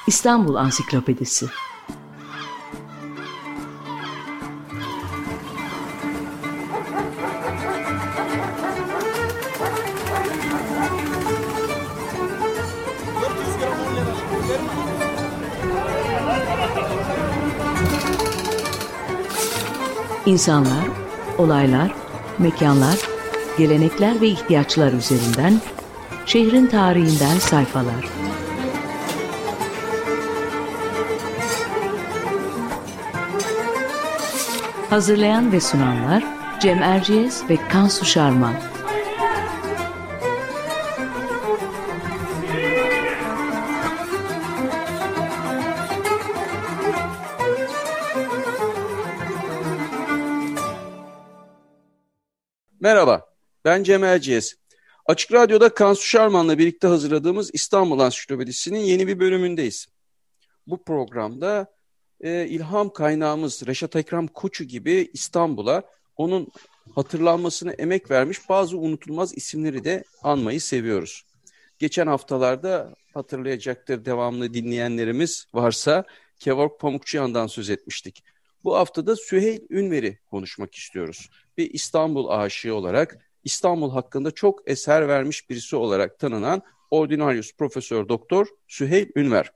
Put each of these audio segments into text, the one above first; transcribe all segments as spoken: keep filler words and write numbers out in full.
İstanbul Ansiklopedisi. İnsanlar, olaylar, mekanlar, gelenekler ve ihtiyaçlar üzerinden şehrin tarihinden sayfalar. Hazırlayan ve sunanlar Cem Erciyes ve Kansu Şarman. Merhaba, ben Cem Erciyes. Açık Radyo'da Kansu Şarman'la birlikte hazırladığımız İstanbul Ansiklopedisi'nin yeni bir bölümündeyiz. Bu programda e, ilham kaynağımız Reşat Ekrem Koçu gibi İstanbul'a, onun hatırlanmasına emek vermiş bazı unutulmaz isimleri de anmayı seviyoruz. Geçen haftalarda hatırlayacaktır devamlı dinleyenlerimiz varsa Kevork Pamukçuyan'dan söz etmiştik. Bu haftada Süheyl Ünver'i konuşmak istiyoruz. Bir İstanbul aşığı olarak, İstanbul hakkında çok eser vermiş birisi olarak tanınan Ordinarius Profesör Doktor Süheyl Ünver.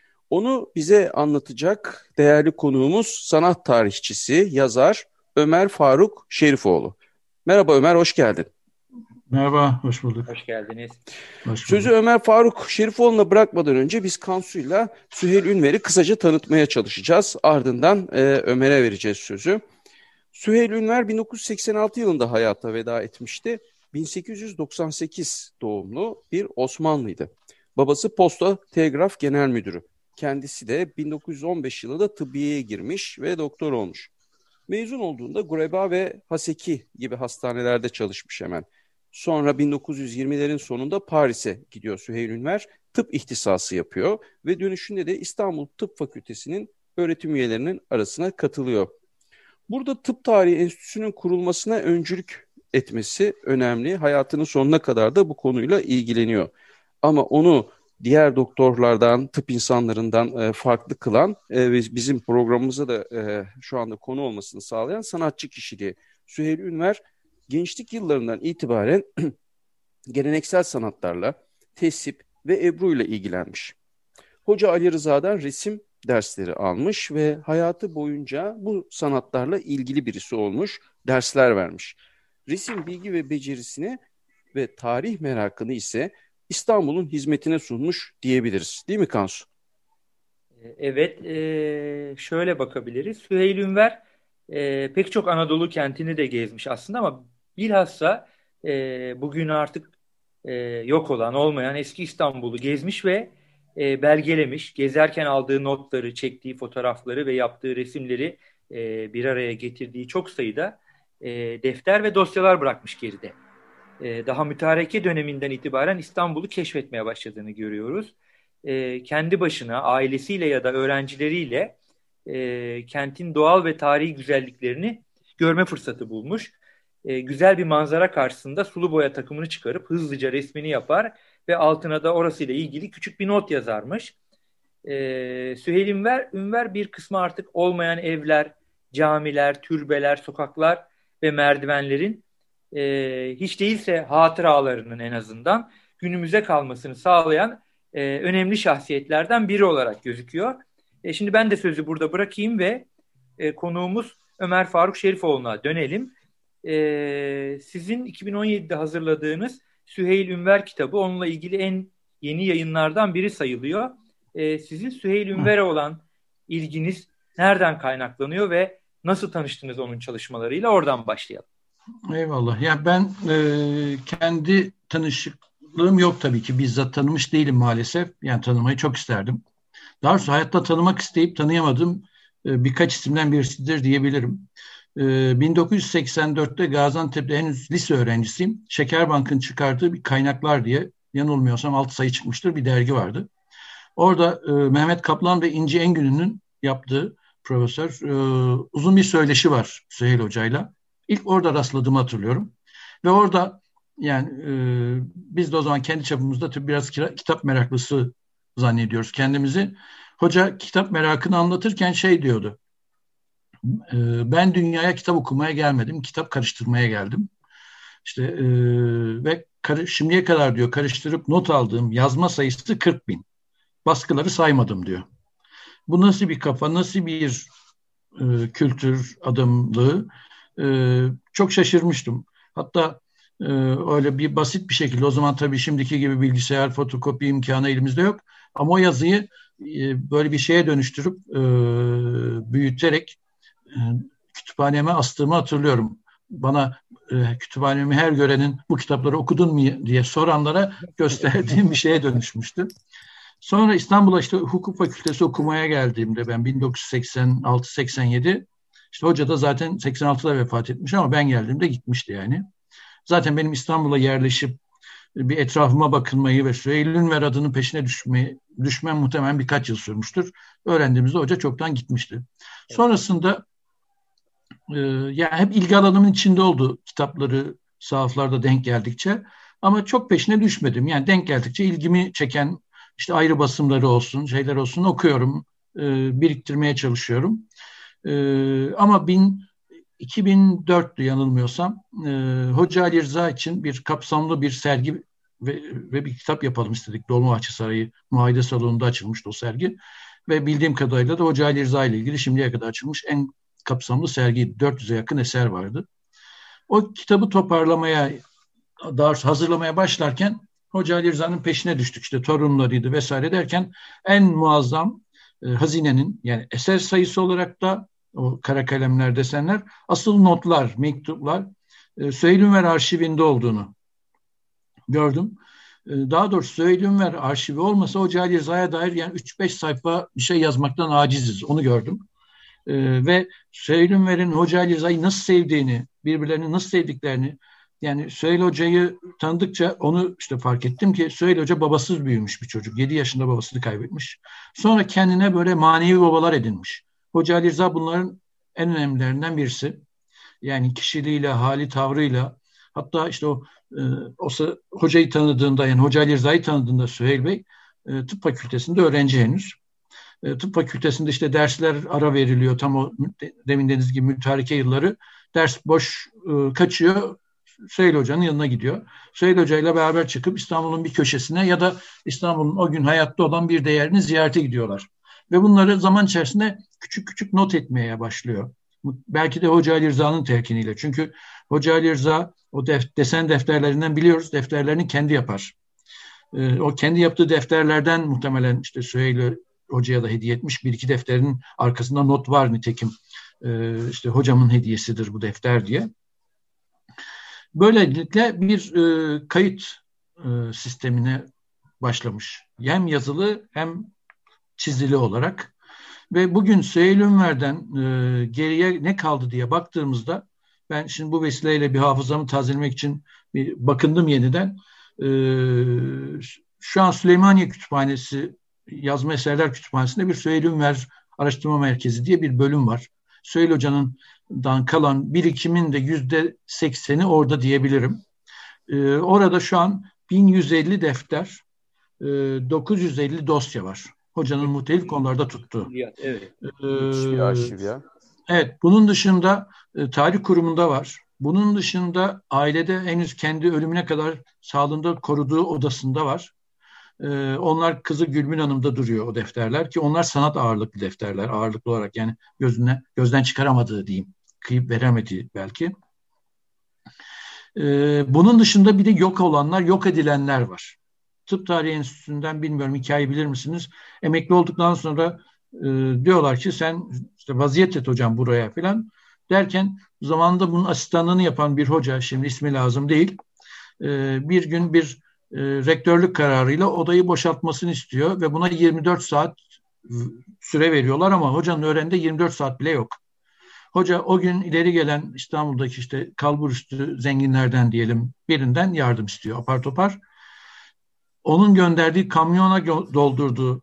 Onu bize anlatacak değerli konuğumuz sanat tarihçisi, yazar Ömer Faruk Şerifoğlu. Merhaba Ömer, hoş geldin. Merhaba, hoş bulduk. Hoş geldiniz. Hoş Sözü Ömer Faruk Şerifoğlu'na bırakmadan önce biz Kansu'yla Süheyl Ünver'i kısaca tanıtmaya çalışacağız. Ardından e, Ömer'e vereceğiz sözü. Süheyl Ünver bin dokuz yüz seksen altı yılında hayata veda etmişti. bin sekiz yüz doksan sekiz doğumlu bir Osmanlıydı. Babası Posta Telgraf Genel Müdürü. Kendisi de bin dokuz yüz on beş yılında tıbbiyeye girmiş ve doktor olmuş. Mezun olduğunda Gureba ve Haseki gibi hastanelerde çalışmış hemen. Sonra bin dokuz yüz yirmilerin sonunda Paris'e gidiyor Süheyl Ünver. Tıp ihtisası yapıyor ve dönüşünde de İstanbul Tıp Fakültesi'nin öğretim üyelerinin arasına katılıyor. Burada Tıp Tarihi Enstitüsü'nün kurulmasına öncülük etmesi önemli. Hayatının sonuna kadar da bu konuyla ilgileniyor. Ama onu diğer doktorlardan, tıp insanlarından e, farklı kılan e, ve bizim programımıza da e, şu anda konu olmasını sağlayan sanatçı kişiliği. Süheyl Ünver gençlik yıllarından itibaren geleneksel sanatlarla, tesip ve Ebru ile ilgilenmiş. Hoca Ali Rıza'dan resim dersleri almış ve hayatı boyunca bu sanatlarla ilgili birisi olmuş, dersler vermiş. Resim bilgi ve becerisini ve tarih merakını ise İstanbul'un hizmetine sunmuş diyebiliriz. Değil mi Kansu? Evet, e, şöyle bakabiliriz. Süheyl Ünver e, pek çok Anadolu kentini de gezmiş aslında ama bilhassa e, bugün artık e, yok olan, olmayan eski İstanbul'u gezmiş ve e, belgelemiş. Gezerken aldığı notları, çektiği fotoğrafları ve yaptığı resimleri e, bir araya getirdiği çok sayıda e, defter ve dosyalar bırakmış geride. E, daha mütareke döneminden itibaren İstanbul'u keşfetmeye başladığını görüyoruz. E, kendi başına, ailesiyle ya da öğrencileriyle e, kentin doğal ve tarihi güzelliklerini görme fırsatı bulmuş. E, güzel bir manzara karşısında sulu boya takımını çıkarıp hızlıca resmini yapar ve altına da orasıyla ilgili küçük bir not yazarmış. E, Süheyl Ünver, Ünver bir kısmı artık olmayan evler, camiler, türbeler, sokaklar ve merdivenlerin e, hiç değilse hatıralarının en azından günümüze kalmasını sağlayan e, önemli şahsiyetlerden biri olarak gözüküyor. E, şimdi ben de sözü burada bırakayım ve e, konuğumuz Ömer Faruk Şerifoğlu'na dönelim. E, sizin iki bin on yedide hazırladığınız Süheyl Ünver kitabı onunla ilgili en yeni yayınlardan biri sayılıyor. E, sizin Süheyl Ünver'e olan ilginiz nereden kaynaklanıyor ve nasıl tanıştınız onun çalışmalarıyla? Oradan başlayalım. Eyvallah. Ya ben e, kendi tanışıklığım yok tabii ki. Bizzat tanımış değilim maalesef. Yani tanımayı çok isterdim. Daha doğrusu hayatta tanımak isteyip tanıyamadığım e, birkaç isimden birisidir diyebilirim. E, bin dokuz yüz seksen dörtte Gaziantep'te henüz lise öğrencisiyim. Şekerbank'ın çıkardığı bir Kaynaklar diye, yanılmıyorsam altı sayı çıkmıştır, bir dergi vardı. Orada e, Mehmet Kaplan ve İnci Engün'ün yaptığı profesör e, uzun bir söyleşi var Süheyl Hoca'yla. İlk orada rastladığımı hatırlıyorum. Ve orada yani e, biz de o zaman kendi çapımızda tabii biraz kira, kitap meraklısı zannediyoruz kendimizi. Hoca kitap merakını anlatırken şey diyordu. E, ben dünyaya kitap okumaya gelmedim, kitap karıştırmaya geldim. İşte e, ve karı, şimdiye kadar diyor karıştırıp not aldığım yazma sayısı kırk bin. Baskıları saymadım diyor. Bu nasıl bir kafa, nasıl bir e, kültür adamlığı? E, çok şaşırmıştım. Hatta e, öyle bir basit bir şekilde, o zaman tabii şimdiki gibi bilgisayar, fotokopi imkanı elimizde yok. Ama o yazıyı e, böyle bir şeye dönüştürüp e, büyüterek e, kütüphaneme astığımı hatırlıyorum. Bana e, kütüphanemi her görenin bu kitapları okudun mu diye soranlara gösterdiğim bir şeye dönüşmüştü. Sonra İstanbul'a işte hukuk fakültesi okumaya geldiğimde ben bin dokuz yüz seksen altı seksen yedi, işte hoca da zaten seksen altıda vefat etmiş ama ben geldiğimde gitmişti yani. Zaten benim İstanbul'a yerleşip bir etrafıma bakınmayı ve Süheyl Ünver adının peşine düşmeyi, düşmem muhtemelen birkaç yıl sürmüştür. Öğrendiğimizde hoca çoktan gitmişti. Sonrasında e, yani hep ilgi alanımın içinde oldu kitapları sahaflarda denk geldikçe. Ama çok peşine düşmedim. Yani denk geldikçe ilgimi çeken işte ayrı basımları olsun, şeyler olsun okuyorum, e, biriktirmeye çalışıyorum. E, ama bin, iki bin dörttü yanılmıyorsam, e, Hoca Ali Rıza için bir kapsamlı bir sergi ve, ve bir kitap yapalım istedik. Dolmabahçe Sarayı Muayede Salonu'nda açılmıştı o sergi. Ve bildiğim kadarıyla da Hoca Ali Rıza ile ilgili şimdiye kadar açılmış en kapsamlı sergi. dört yüze yakın eser vardı. O kitabı toparlamaya, daha doğrusu hazırlamaya başlarken Hoca Ali Rıza'nın peşine düştük. İşte torunlarıydı vesaire derken en muazzam e, hazinenin, yani eser sayısı olarak da o kara kalemler, desenler, asıl notlar, mektuplar e, Süheyl Ünver arşivinde olduğunu gördüm. E, daha doğrusu Süheyl Ünver arşivi olmasa Hoca Ali Rıza'ya dair yani üç beş sayfa bir şey yazmaktan aciziz. Onu gördüm. E, ve Süheyl Ünver'in Hoca Ali Rıza'yı nasıl sevdiğini, birbirlerini nasıl sevdiklerini, yani Süheyl Hoca'yı tanıdıkça onu işte fark ettim ki Süheyl Hoca babasız büyümüş bir çocuk. yedi yaşında babasını kaybetmiş. Sonra kendine böyle manevi babalar edinmiş. Hoca Ali Rıza bunların en önemlilerinden birisi. Yani kişiliğiyle, hali, tavrıyla, hatta işte o, e, o hocayı tanıdığında, yani Hoca Ali Rıza'yı tanıdığında Süheyl Bey e, tıp fakültesinde öğrenci henüz. E, tıp fakültesinde işte dersler ara veriliyor. Tam o demin dediğiniz gibi müteharrike yılları. Ders boş e, kaçıyor. Süheyl Hoca'nın yanına gidiyor. Süheyl Hoca ile beraber çıkıp İstanbul'un bir köşesine ya da İstanbul'un o gün hayatta olan bir değerini ziyarete gidiyorlar. Ve bunları zaman içerisinde küçük küçük not etmeye başlıyor. Belki de Hoca Ali Rıza'nın telkiniyle. Çünkü Hoca Ali Rıza o def, desen defterlerinden biliyoruz, defterlerini kendi yapar. Ee, o kendi yaptığı defterlerden muhtemelen işte Süheyl Hoca'ya da hediye etmiş. Bir iki defterin arkasında not var nitekim. Ee, işte hocamın hediyesidir bu defter diye. Böylelikle bir e, kayıt e, sistemine başlamış. Hem yazılı hem çizili olarak. Ve bugün Süheyl Ünver'den e, geriye ne kaldı diye baktığımızda, ben şimdi bu vesileyle bir hafızamı tazelemek için bir bakındım yeniden. E, şu an Süleymaniye Kütüphanesi Yazma Eserler Kütüphanesi'nde bir Süheyl Ünver Araştırma Merkezi diye bir bölüm var. Süheyl Hoca'ndan kalan birikimin de yüzde sekseni orada diyebilirim. E, orada şu an bin yüz elli defter, e, dokuz yüz elli dosya var. Hocanın muhtelif konularda tuttuğu. Evet. Ee, Müthiş bir arşiv ya. Evet. Bunun dışında e, tarih kurumunda var. Bunun dışında ailede henüz kendi ölümüne kadar sağlığında koruduğu odasında var. E, onlar kızı Gülbin Hanım'da duruyor o defterler ki onlar sanat ağırlıklı defterler. Ağırlıklı olarak yani gözüne, gözden çıkaramadığı diyeyim. Kıyıp veremediği belki. E, bunun dışında bir de yok olanlar, yok edilenler var. Tıp Tarihi Enstitüsü'nden bilmiyorum hikayeyi bilir misiniz? Emekli olduktan sonra e, diyorlar ki sen işte vaziyet et hocam buraya falan derken zamanında bunun asistanlığını yapan bir hoca, şimdi ismi lazım değil, e, bir gün bir e, rektörlük kararıyla odayı boşaltmasını istiyor ve buna yirmi dört saat süre veriyorlar ama hocanın öğrendiği yirmi dört saat bile yok. Hoca o gün ileri gelen İstanbul'daki işte kalburüstü zenginlerden diyelim birinden yardım istiyor apar topar. Onun gönderdiği kamyona doldurduğu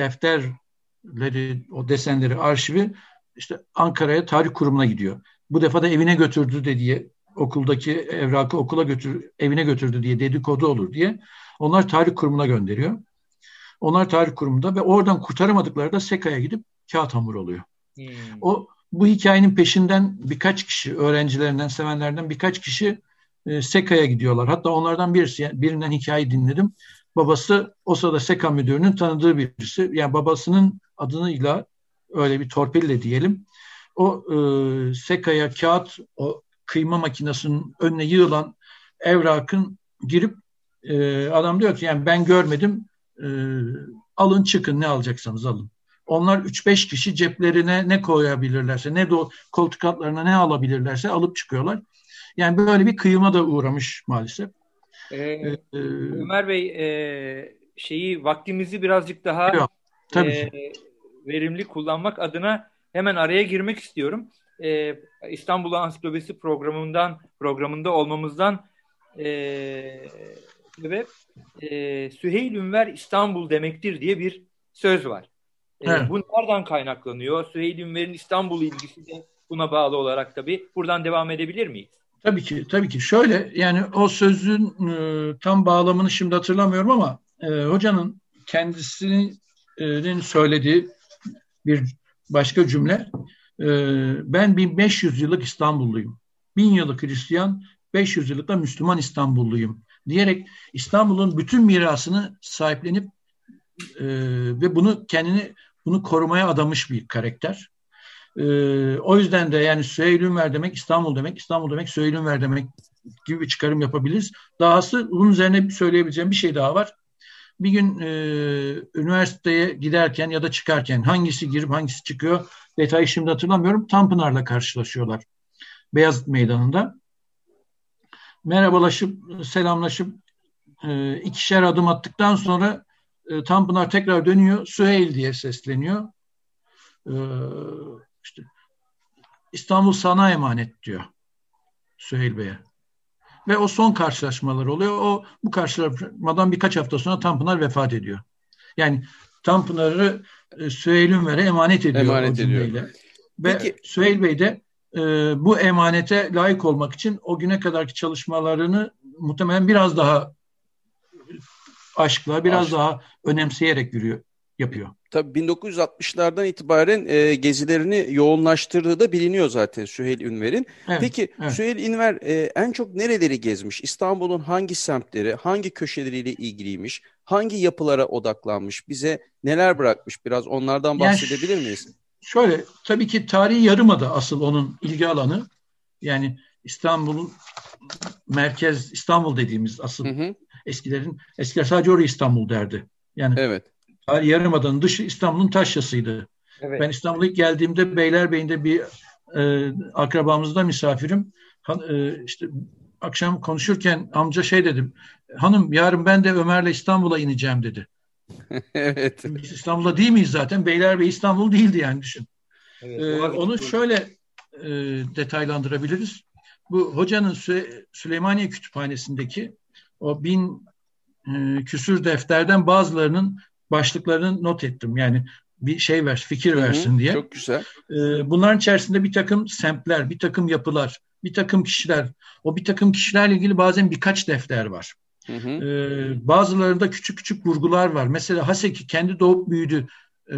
defterleri, o desenleri, arşivi işte Ankara'ya tarih kurumuna gidiyor. Bu defa da evine götürdü de diye, okuldaki evrakı okula götür, evine götürdü diye dedikodu olur diye onlar tarih kurumuna gönderiyor. Onlar tarih kurumunda ve oradan kurtaramadıkları da SEKA'ya gidip kağıt hamuru oluyor. Hmm. O bu hikayenin peşinden birkaç kişi, öğrencilerinden, sevenlerden birkaç kişi e, SEKA'ya gidiyorlar. Hatta onlardan birisi, birinden hikaye dinledim. Babası o sırada SEKA müdürünün tanıdığı birisi. Yani babasının adıyla öyle bir torpille diyelim. O e, SEKA'ya kağıt, o kıyma makinesinin önüne yığılan evrakın girip e, adam diyor ki yani ben görmedim, e, alın çıkın, ne alacaksanız alın. Onlar üç beş kişi ceplerine ne koyabilirlerse, ne de koltuk altlarına ne alabilirlerse alıp çıkıyorlar. Yani böyle bir kıyıma da uğramış maalesef. Ee, ee, Ömer Bey, e, şeyi vaktimizi birazcık daha evet, tabii e, ki. verimli kullanmak adına hemen araya girmek istiyorum. Ee, İstanbul Ansiklopedisi programından programında olmamızdan e, sebep e, Süheyl Ünver İstanbul demektir diye bir söz var. E, evet. Bu nereden kaynaklanıyor? Süheyl Ünver'in İstanbul ilgisi de buna bağlı olarak tabii. Buradan devam edebilir miyiz? Tabii ki, tabii ki. Şöyle, yani o sözün e, tam bağlamını şimdi hatırlamıyorum ama e, hocanın kendisinin söylediği bir başka cümle, e, ben bin beş yüz yıllık İstanbulluyum. Bin yıllık Hristiyan, beş yüz yıllık da Müslüman İstanbulluyum diyerek İstanbul'un bütün mirasını sahiplenip e, ve bunu kendini bunu korumaya adamış bir karakter. Ee, o yüzden de yani Süheyl Ünver demek İstanbul demek, İstanbul demek Süheyl Ünver demek gibi bir çıkarım yapabiliriz. Dahası bunun üzerine söyleyebileceğim bir şey daha var. Bir gün e, üniversiteye giderken ya da çıkarken hangisi girip hangisi çıkıyor detayı şimdi hatırlamıyorum. Tanpınar'la karşılaşıyorlar Beyazıt Meydanı'nda. Merhabalaşıp, selamlaşıp e, ikişer adım attıktan sonra e, Tanpınar tekrar dönüyor, Süheyl diye sesleniyor. Ee, işte İstanbul sana emanet diyor Süheyl Bey'e. Ve o son karşılaşmalar oluyor. O bu karşılaşmadan birkaç hafta sonra Tanpınar vefat ediyor. Yani Tanpınar'ı e, Süheyl Ünver'e emanet ediyor emanet o cümleyle. Ediyor. Ve Peki. Süheyl Bey de e, bu emanete layık olmak için o güne kadarki çalışmalarını muhtemelen biraz daha aşkla, biraz Aşk. daha önemseyerek yürüyor, yapıyor. Tabii bin dokuz yüz altmışlardan itibaren e, gezilerini yoğunlaştırdığı da biliniyor zaten Süheyl Ünver'in. Evet, Peki evet. Süheyl Ünver e, en çok nereleri gezmiş? İstanbul'un hangi semtleri, hangi köşeleriyle ilgiliymiş? Hangi yapılara odaklanmış? Bize neler bırakmış? Biraz onlardan bahsedebilir yani miyiz? Şöyle, tabii ki tarihi yarımada asıl onun ilgi alanı. Yani İstanbul'un merkez, İstanbul dediğimiz asıl hı hı. eskilerin, eskiler sadece oraya İstanbul derdi. Yani evet. Tarihi Yarımada'nın dışı İstanbul'un taşrasıydı. Evet. Ben İstanbul'a ilk geldiğimde Beylerbeyi'nde bir e, akrabamızda misafirim. Han, e, işte akşam konuşurken amca şey dedim. Hanım yarın ben de Ömer'le İstanbul'a ineceğim dedi. Evet. Biz İstanbul'da değil miyiz zaten? Beylerbeyi İstanbul değildi yani düşün. Evet, e, onu şöyle e, detaylandırabiliriz. Bu hocanın Sü- Süleymaniye Kütüphanesi'ndeki o bin e, küsür defterden bazılarının başlıklarını not ettim. Yani bir şey ver, fikir versin hı hı, diye. Çok güzel. Ee, bunların içerisinde bir takım semtler, bir takım yapılar, bir takım kişiler. O bir takım kişilerle ilgili bazen birkaç defter var. Hı hı. Ee, bazılarında küçük küçük vurgular var. Mesela Haseki kendi doğup büyüdü e,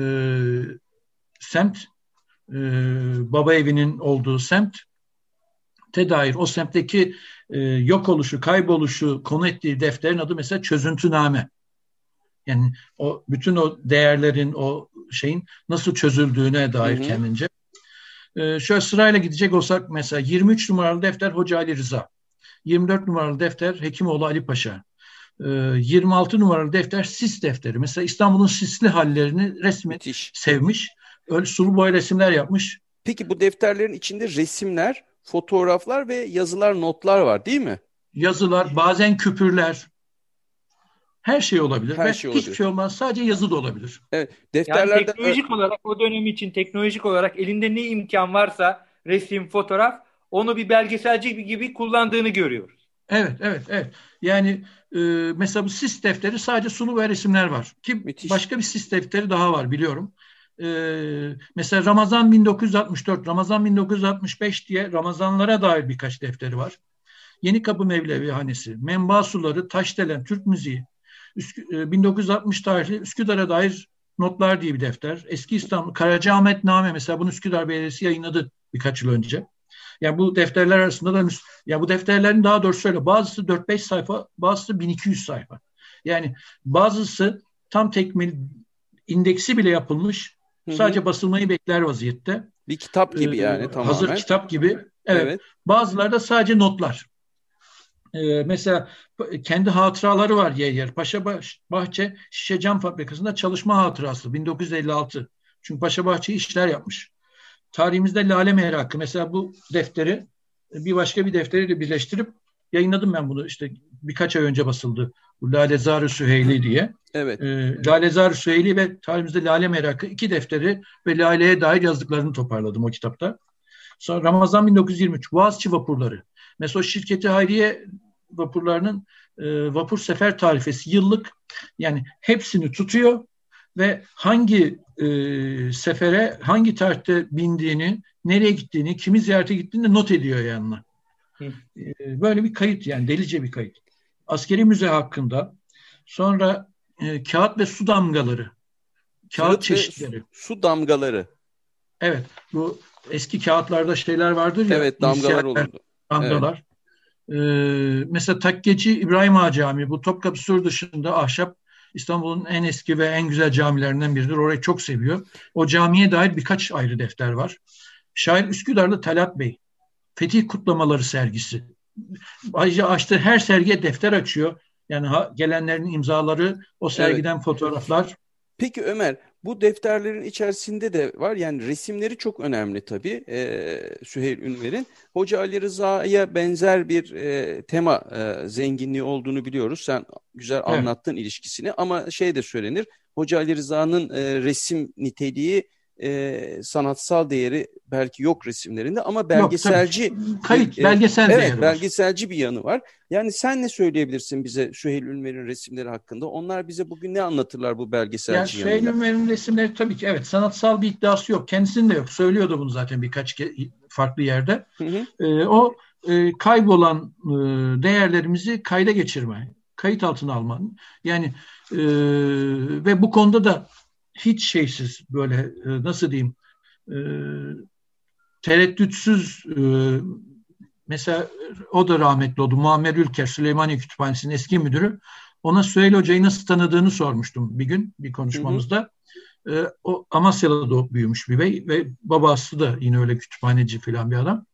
semt, e, baba evinin olduğu semt te dair o semtteki e, yok oluşu, kayboluşu konu ettiği defterin adı mesela Çözüntüname. Yani o bütün o değerlerin, o şeyin nasıl çözüldüğüne dair hı hı. kendince. Ee, şöyle sırayla gidecek olsak mesela yirmi üç numaralı defter Hoca Ali Rıza. yirmi dört numaralı defter Hekimoğlu Ali Paşa. Ee, yirmi altı numaralı defter Sis defteri. Mesela İstanbul'un sisli hallerini resmi Müthiş. sevmiş. Öyle sulu boy resimler yapmış. Peki bu defterlerin içinde resimler, fotoğraflar ve yazılar, notlar var değil mi? Yazılar, bazen küpürler. Her şey olabilir. Her Ve şey hiçbir olabilir. şey olmaz. Sadece yazı da olabilir. Evet. Defterlerden... Yani teknolojik olarak o dönem için teknolojik olarak elinde ne imkan varsa resim, fotoğraf onu bir belgeselci gibi kullandığını görüyoruz. Evet, evet, evet. Yani e, mesela bu sis defteri sadece sulu ve resimler var. Ki Müthiş. Başka bir sis defteri daha var biliyorum. E, mesela Ramazan bin dokuz yüz altmış dört, Ramazan bin dokuz yüz altmış beş diye Ramazanlara dair birkaç defteri var. Yenikapı Mevlevi Hanesi, Menba Suları, Taşdelen, Türk Müziği, Üskü- bin dokuz yüz altmış tarihli Üsküdar'a dair notlar diye bir defter. Eski İstanbul Karacaahmetname mesela bunu Üsküdar Belediyesi yayınladı birkaç yıl önce. Yani bu defterler arasında da ya bu defterlerin daha doğrusu şöyle bazısı dört beş sayfa, bazısı bin iki yüz sayfa. Yani bazısı tam tekmil indeksi bile yapılmış. Hı hı. Sadece basılmayı bekler vaziyette. Bir kitap gibi yani Ee, tamamen. Hazır kitap gibi. Evet. Evet. Bazıları da sadece notlar. Ee, mesela kendi hatıraları var yer yer. Paşabahçe Şişe Cam Fabrikası'nda çalışma hatırası bin dokuz yüz elli altı. Çünkü Paşabahçe işler yapmış. Tarihimizde Lale Merakı. Mesela bu defteri bir başka bir defteriyle birleştirip yayınladım ben bunu. İşte birkaç ay önce basıldı. Bu Lalezar-ı Süheyli diye. Evet. Ee, Lalezar-ı Süheyli ve tarihimizde Lale Merakı iki defteri ve Lale'ye dair yazdıklarını toparladım o kitapta. Sonra Ramazan bin dokuz yüz yirmi üç Boğaziçi vapurları. Mesela o şirketi Hayriye vapurlarının e, vapur sefer tarifesi yıllık yani hepsini tutuyor ve hangi e, sefere hangi tarihte bindiğini, nereye gittiğini, kimi ziyarete gittiğini de not ediyor yanına. E, böyle bir kayıt yani delice bir kayıt. Askeri müze hakkında sonra e, kağıt ve su damgaları, kağıt, kağıt çeşitleri. Su damgaları. Evet, bu eski kağıtlarda şeyler vardır ya. Evet, damgalar olurdu. Damgalar. Evet. Ee, mesela Takkeci İbrahim Ağa Camii, bu Topkapı Sur dışında ahşap İstanbul'un en eski ve en güzel camilerinden biridir. Orayı çok seviyor. O camiye dair birkaç ayrı defter var. Şair Üsküdar'da Talat Bey, Fetih Kutlamaları sergisi. Ayrıca açtığı her sergiye defter açıyor. Yani ha, gelenlerin imzaları, o sergiden evet. Fotoğraflar. Peki Ömer, bu defterlerin içerisinde de var yani resimleri çok önemli tabii e, Süheyl Ünver'in. Hoca Ali Rıza'ya benzer bir e, tema e, zenginliği olduğunu biliyoruz. Sen güzel evet. anlattın ilişkisini ama şey de söylenir. Hoca Ali Rıza'nın e, resim niteliği e, sanatsal değeri belki yok resimlerinde ama belgeselci yok, kayıt, belgesel e, değeri evet, var. belgeselci bir yanı var. Yani sen ne söyleyebilirsin bize Süheyl Ünver'in resimleri hakkında? Onlar bize bugün ne anlatırlar bu belgeselci yani yanıyla? Süheyl Ünver'in resimleri tabii ki evet sanatsal bir iddiası yok. Kendisinin de yok. Söylüyordu bunu zaten birkaç farklı yerde. Hı hı. E, o e, kaybolan e, değerlerimizi kayda geçirme, kayıt altına alma. Yani e, ve bu konuda da hiç şeysiz böyle e, nasıl diyeyim e, tereddütsüz e, mesela o da rahmetli oldu. Muammer Ülker, Süleymaniye Kütüphanesi'nin eski müdürü. Ona Süheyl Hoca'yı nasıl tanıdığını sormuştum bir gün bir konuşmamızda. Hı hı. E, o Amasya'da doğup büyümüş bir bey ve babası da yine öyle kütüphaneci falan bir adam.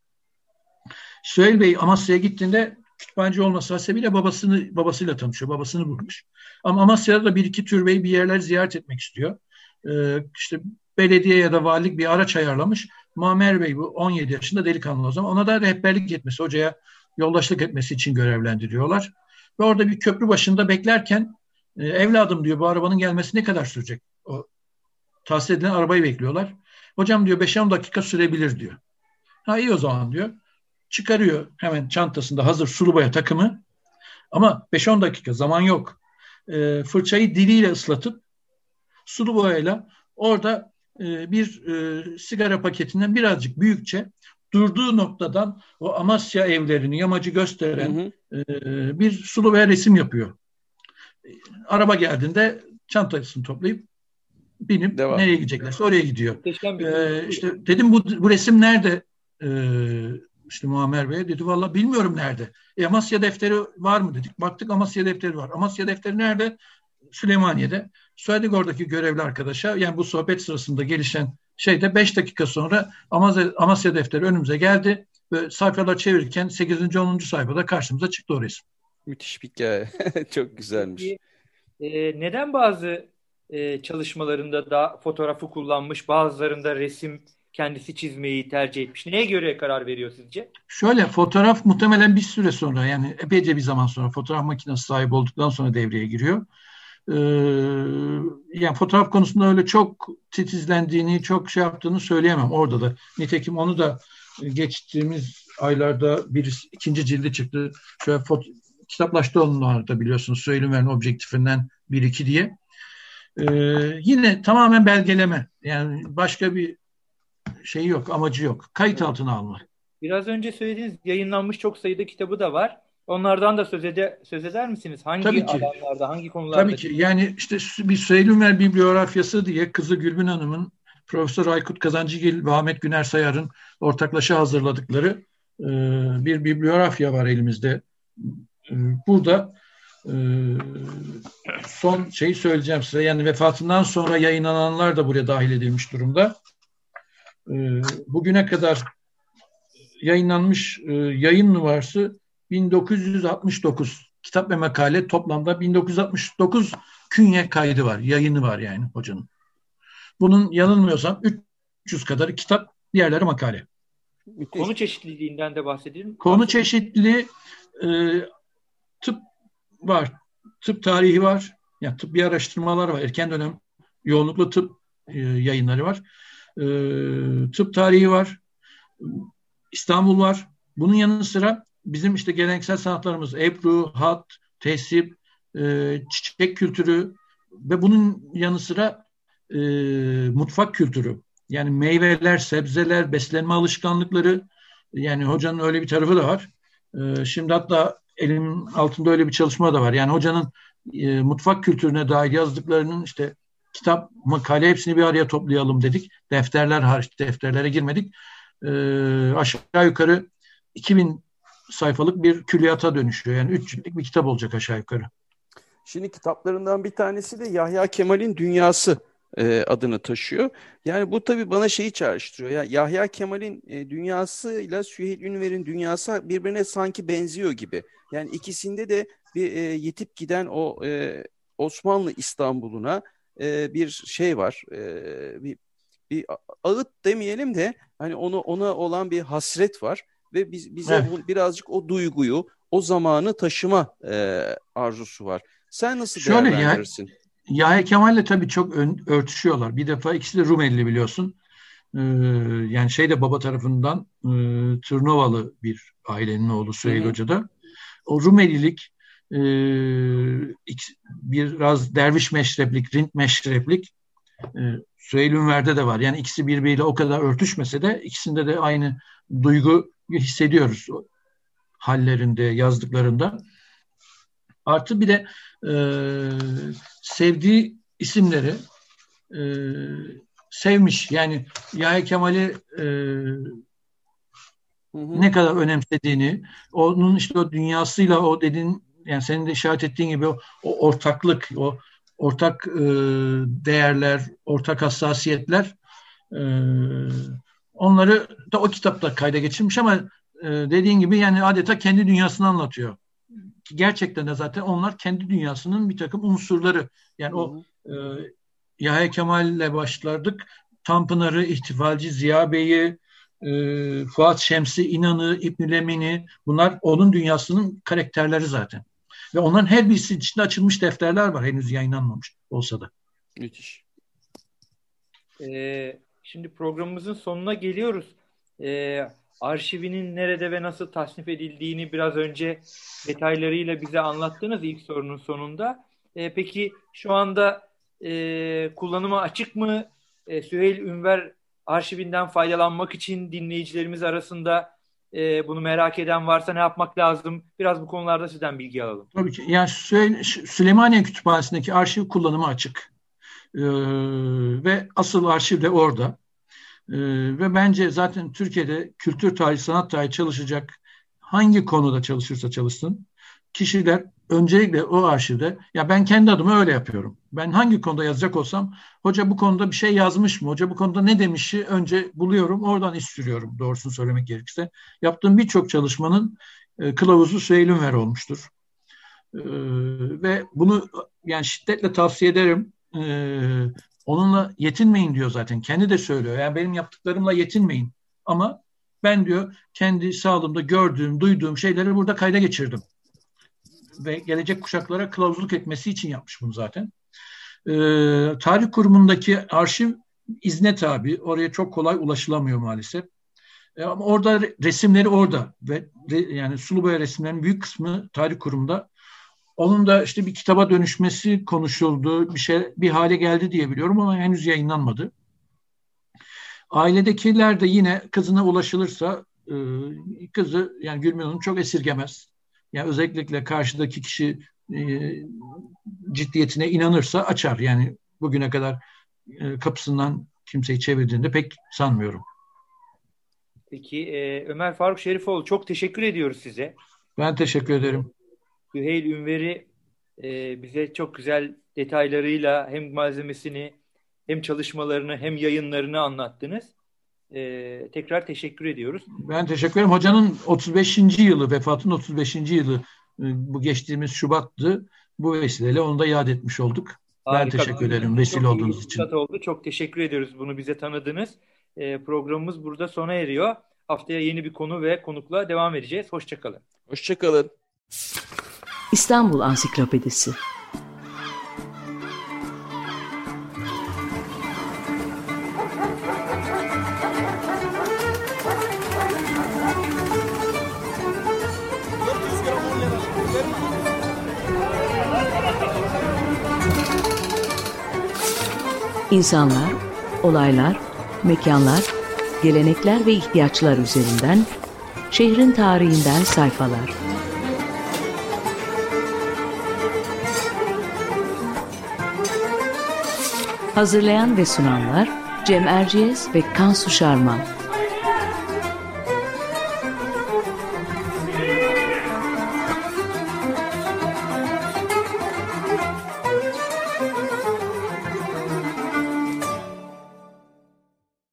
Süheyl Bey Amasya'ya gittiğinde kütüphaneci olması hasebiyle babasını babasıyla tanışıyor. Babasını bulmuş. Ama Amasya'da da bir iki türbeyi bir yerler ziyaret etmek istiyor. Ee, işte belediye ya da valilik bir araç ayarlamış. Muammer Bey bu on yedi yaşında delikanlı o zaman. Ona da rehberlik etmesi, hocaya yoldaşlık etmesi için görevlendiriyorlar. Ve orada bir köprü başında beklerken e, evladım diyor bu arabanın gelmesi ne kadar sürecek? O tahsis edilen arabayı bekliyorlar. Hocam diyor beş on dakika sürebilir diyor. Ha iyi o zaman diyor. Çıkarıyor hemen çantasında hazır sulu boya takımı. Ama beş on dakika zaman yok. E, fırçayı diliyle ıslatıp sulu boyayla orada e, bir e, sigara paketinden birazcık büyükçe durduğu noktadan o Amasya evlerini, yamacı gösteren hı hı. E, bir sulu boya resim yapıyor. E, araba geldiğinde çantasını toplayıp binip Devam. nereye gideceklerse oraya gidiyor. E, işte dedim bu, bu resim nerede? E, işte Muammer Bey dedi valla bilmiyorum nerede. E, Amasya defteri var mı dedik. Baktık Amasya defteri var. Amasya defteri nerede? Süleymaniye'de. Söyledik oradaki görevli arkadaşa. Yani bu sohbet sırasında gelişen şeyde beş dakika sonra Amasya, Amasya defteri önümüze geldi. Ve sayfalar çevirirken sekizinci onuncu sayfada karşımıza çıktı o resim. Müthiş bir hikaye. Çok güzelmiş. Peki, e, neden bazı e, çalışmalarında da fotoğrafı kullanmış, bazılarında resim kendisi çizmeyi tercih etmiş? Neye göre karar veriyor sizce? Şöyle fotoğraf muhtemelen bir süre sonra yani epeyce bir zaman sonra fotoğraf makinesi sahibi olduktan sonra devreye giriyor. Ee, yani fotoğraf konusunda öyle çok titizlendiğini, çok şey yaptığını söyleyemem orada da. Nitekim onu da geçtiğimiz aylarda bir ikinci cildi çıktı. Şöyle foto, kitaplaştı onlar da biliyorsunuz. Süheyl Ünver'in objektifinden bir iki diye. Ee, yine tamamen belgeleme. Yani başka bir şey yok, amacı yok. Kayıt altına alma. Biraz önce söylediğiniz yayınlanmış çok sayıda kitabı da var. Onlardan da söz, ede, söz eder misiniz? Hangi Tabii ki. alanlarda, hangi konularda? Tabii ki. Yani işte bir Süheyl Ünver bibliografyası diye kızı Gülbin Hanım'ın, Profesör Aykut Kazancıgil ve Ahmet Güner Sayar'ın ortaklaşa hazırladıkları e, bir bibliografya var elimizde. E, burada e, son şeyi söyleyeceğim size. Yani vefatından sonra yayınlananlar da buraya dahil edilmiş durumda. E, bugüne kadar yayınlanmış e, yayın numarası bin dokuz yüz altmış dokuz. Kitap ve makale toplamda bin dokuz yüz altmış dokuz künye kaydı var, yayını var yani hocanın. Bunun yanılmıyorsam üç yüz kadarı kitap, diğerleri makale. Konu çeşitliliğinden de bahsedelim. Konu çeşitliliği e, tıp var, tıp tarihi var, yani tıbbi araştırmalar var, erken dönem yoğunluklu tıp e, yayınları var, e, tıp tarihi var, İstanbul var. Bunun yanı sıra bizim işte geleneksel sanatlarımız Ebru, hat, tesip, e, çiçek kültürü ve bunun yanı sıra e, mutfak kültürü. Yani meyveler, sebzeler, beslenme alışkanlıkları, yani hocanın öyle bir tarafı da var. E, şimdi hatta elimin altında öyle bir çalışma da var. Yani hocanın e, mutfak kültürüne dair yazdıklarının işte kitap, makale hepsini bir araya toplayalım dedik. Defterler hariç, defterlere girmedik. E, aşağı yukarı iki bin sayfalık bir külliyata dönüşüyor. Yani üç ciltlik bir kitap olacak aşağı yukarı. Şimdi kitaplarından bir tanesi de Yahya Kemal'in Dünyası e, adını taşıyor. Yani bu tabii bana şeyi çağrıştırıyor. Ya, Yahya Kemal'in e, dünyasıyla Süheyl Ünver'in dünyası birbirine sanki benziyor gibi. Yani ikisinde de bir e, yitip giden o e, Osmanlı İstanbul'una e, bir şey var. E, bir, bir ağıt demeyelim de hani onu ona olan bir hasret var ve biz bize Evet. bu, birazcık o duyguyu, o zamanı taşıma e, arzusu var. Sen nasıl Şöyle değerlendirirsin? ya, Yahya Kemal'le tabii çok ön, örtüşüyorlar. Bir defa ikisi de Rumeli biliyorsun. Ee, yani şey de baba tarafından e, Tırnovalı bir ailenin oğlu Süheyl Hoca da. O Rumelilik e, biraz derviş meşreplik, Rint meşreplik e, Süheyl Ünver'de de var. Yani ikisi birbiriyle o kadar örtüşmese de ikisinde de aynı duygu hissediyoruz hallerinde, yazdıklarında. Artı bir de e, sevdiği isimleri e, sevmiş. Yani Yahya Kemal'i e, Hı hı. ne kadar önemsediğini, onun işte o dünyasıyla o dediğin, yani senin de işaret ettiğin gibi o, o ortaklık, o ortak e, değerler, ortak hassasiyetler, e, onları da o kitapta kayda geçirmiş ama e, dediğin gibi yani adeta kendi dünyasını anlatıyor. Gerçekten de zaten onlar kendi dünyasının bir takım unsurları. Yani o e, Yahya Kemal'le başlardık. Tanpınar'ı, İhtifalci Ziya Bey'i, e, Fuat Şemsi İnan'ı, İbnül Emin'i, bunlar onun dünyasının karakterleri zaten. Ve onların her birisi içinde açılmış defterler var. Henüz yayınlanmamış olsa da. Müthiş. Ee, şimdi programımızın sonuna geliyoruz. Ee, arşivinin nerede ve nasıl tasnif edildiğini biraz önce detaylarıyla bize anlattınız ilk sorunun sonunda. Ee, peki şu anda e, kullanıma açık mı? E, Süheyl Ünver arşivinden faydalanmak için dinleyicilerimiz arasında e, bunu merak eden varsa ne yapmak lazım? Biraz bu konularda sizden bilgi alalım. Tabii ki. Yani Süleymaniye Kütüphanesi'ndeki arşiv kullanıma açık. Ee, ve asıl arşiv de orada. Ee, ve bence zaten Türkiye'de kültür tarihi, sanat tarihi çalışacak, hangi konuda çalışırsa çalışsın, kişiler öncelikle o arşivde, ya ben kendi adıma öyle yapıyorum. Ben hangi konuda yazacak olsam, hoca bu konuda bir şey yazmış mı, hoca bu konuda ne demişi önce buluyorum, oradan iş sürüyorum doğrusunu söylemek gerekirse. Yaptığım birçok çalışmanın e, kılavuzu Süheyl Ünver olmuştur. E, ve bunu yani şiddetle tavsiye ederim. E, onunla yetinmeyin diyor zaten. Kendi de söylüyor. Yani benim yaptıklarımla yetinmeyin. Ama ben diyor kendi sağlığımda gördüğüm, duyduğum şeyleri burada kayda geçirdim. Ve gelecek kuşaklara kılavuzluk etmesi için yapmış bunu zaten. Ee, tarih kurumundaki arşiv izne tabi. Oraya çok kolay ulaşılamıyor maalesef. Ee, ama orada resimleri orada. Ve re, yani sulu boya resimlerin büyük kısmı tarih kurumunda. Onun da işte bir kitaba dönüşmesi konuşuldu. Bir şey bir hale geldi diye biliyorum ama henüz yayınlanmadı. Ailedekiler de yine kızına ulaşılırsa e, kızı yani Gülmin Hanım çok esirgemez. Yani özellikle karşıdaki kişi e, ciddiyetine inanırsa açar. Yani bugüne kadar e, kapısından kimseyi çevirdiğinde pek sanmıyorum. Peki e, Ömer Faruk Şerifoğlu, çok teşekkür ediyoruz size. Ben teşekkür ederim. Süheyl Ünver'i e, bize çok güzel detaylarıyla hem malzemesini hem çalışmalarını hem yayınlarını anlattınız. E, tekrar teşekkür ediyoruz. Ben teşekkür ederim. Hocanın otuz beşinci yılı, vefatının otuz beşinci yılı e, bu geçtiğimiz Şubat'tı. Bu vesileyle onu da yad etmiş olduk. Harika. Ben teşekkür ederim vesile çok olduğunuz iyi için. oldu. Çok teşekkür ediyoruz bunu bize tanıdınız. E, programımız burada sona eriyor. Haftaya yeni bir konu ve konukla devam edeceğiz. Hoşçakalın. Hoşçakalın. İstanbul Ansiklopedisi. İnsanlar, olaylar, mekanlar, gelenekler ve ihtiyaçlar üzerinden şehrin tarihinden sayfalar. Hazırlayan ve sunanlar Cem Erciyes ve Kansu Şarman.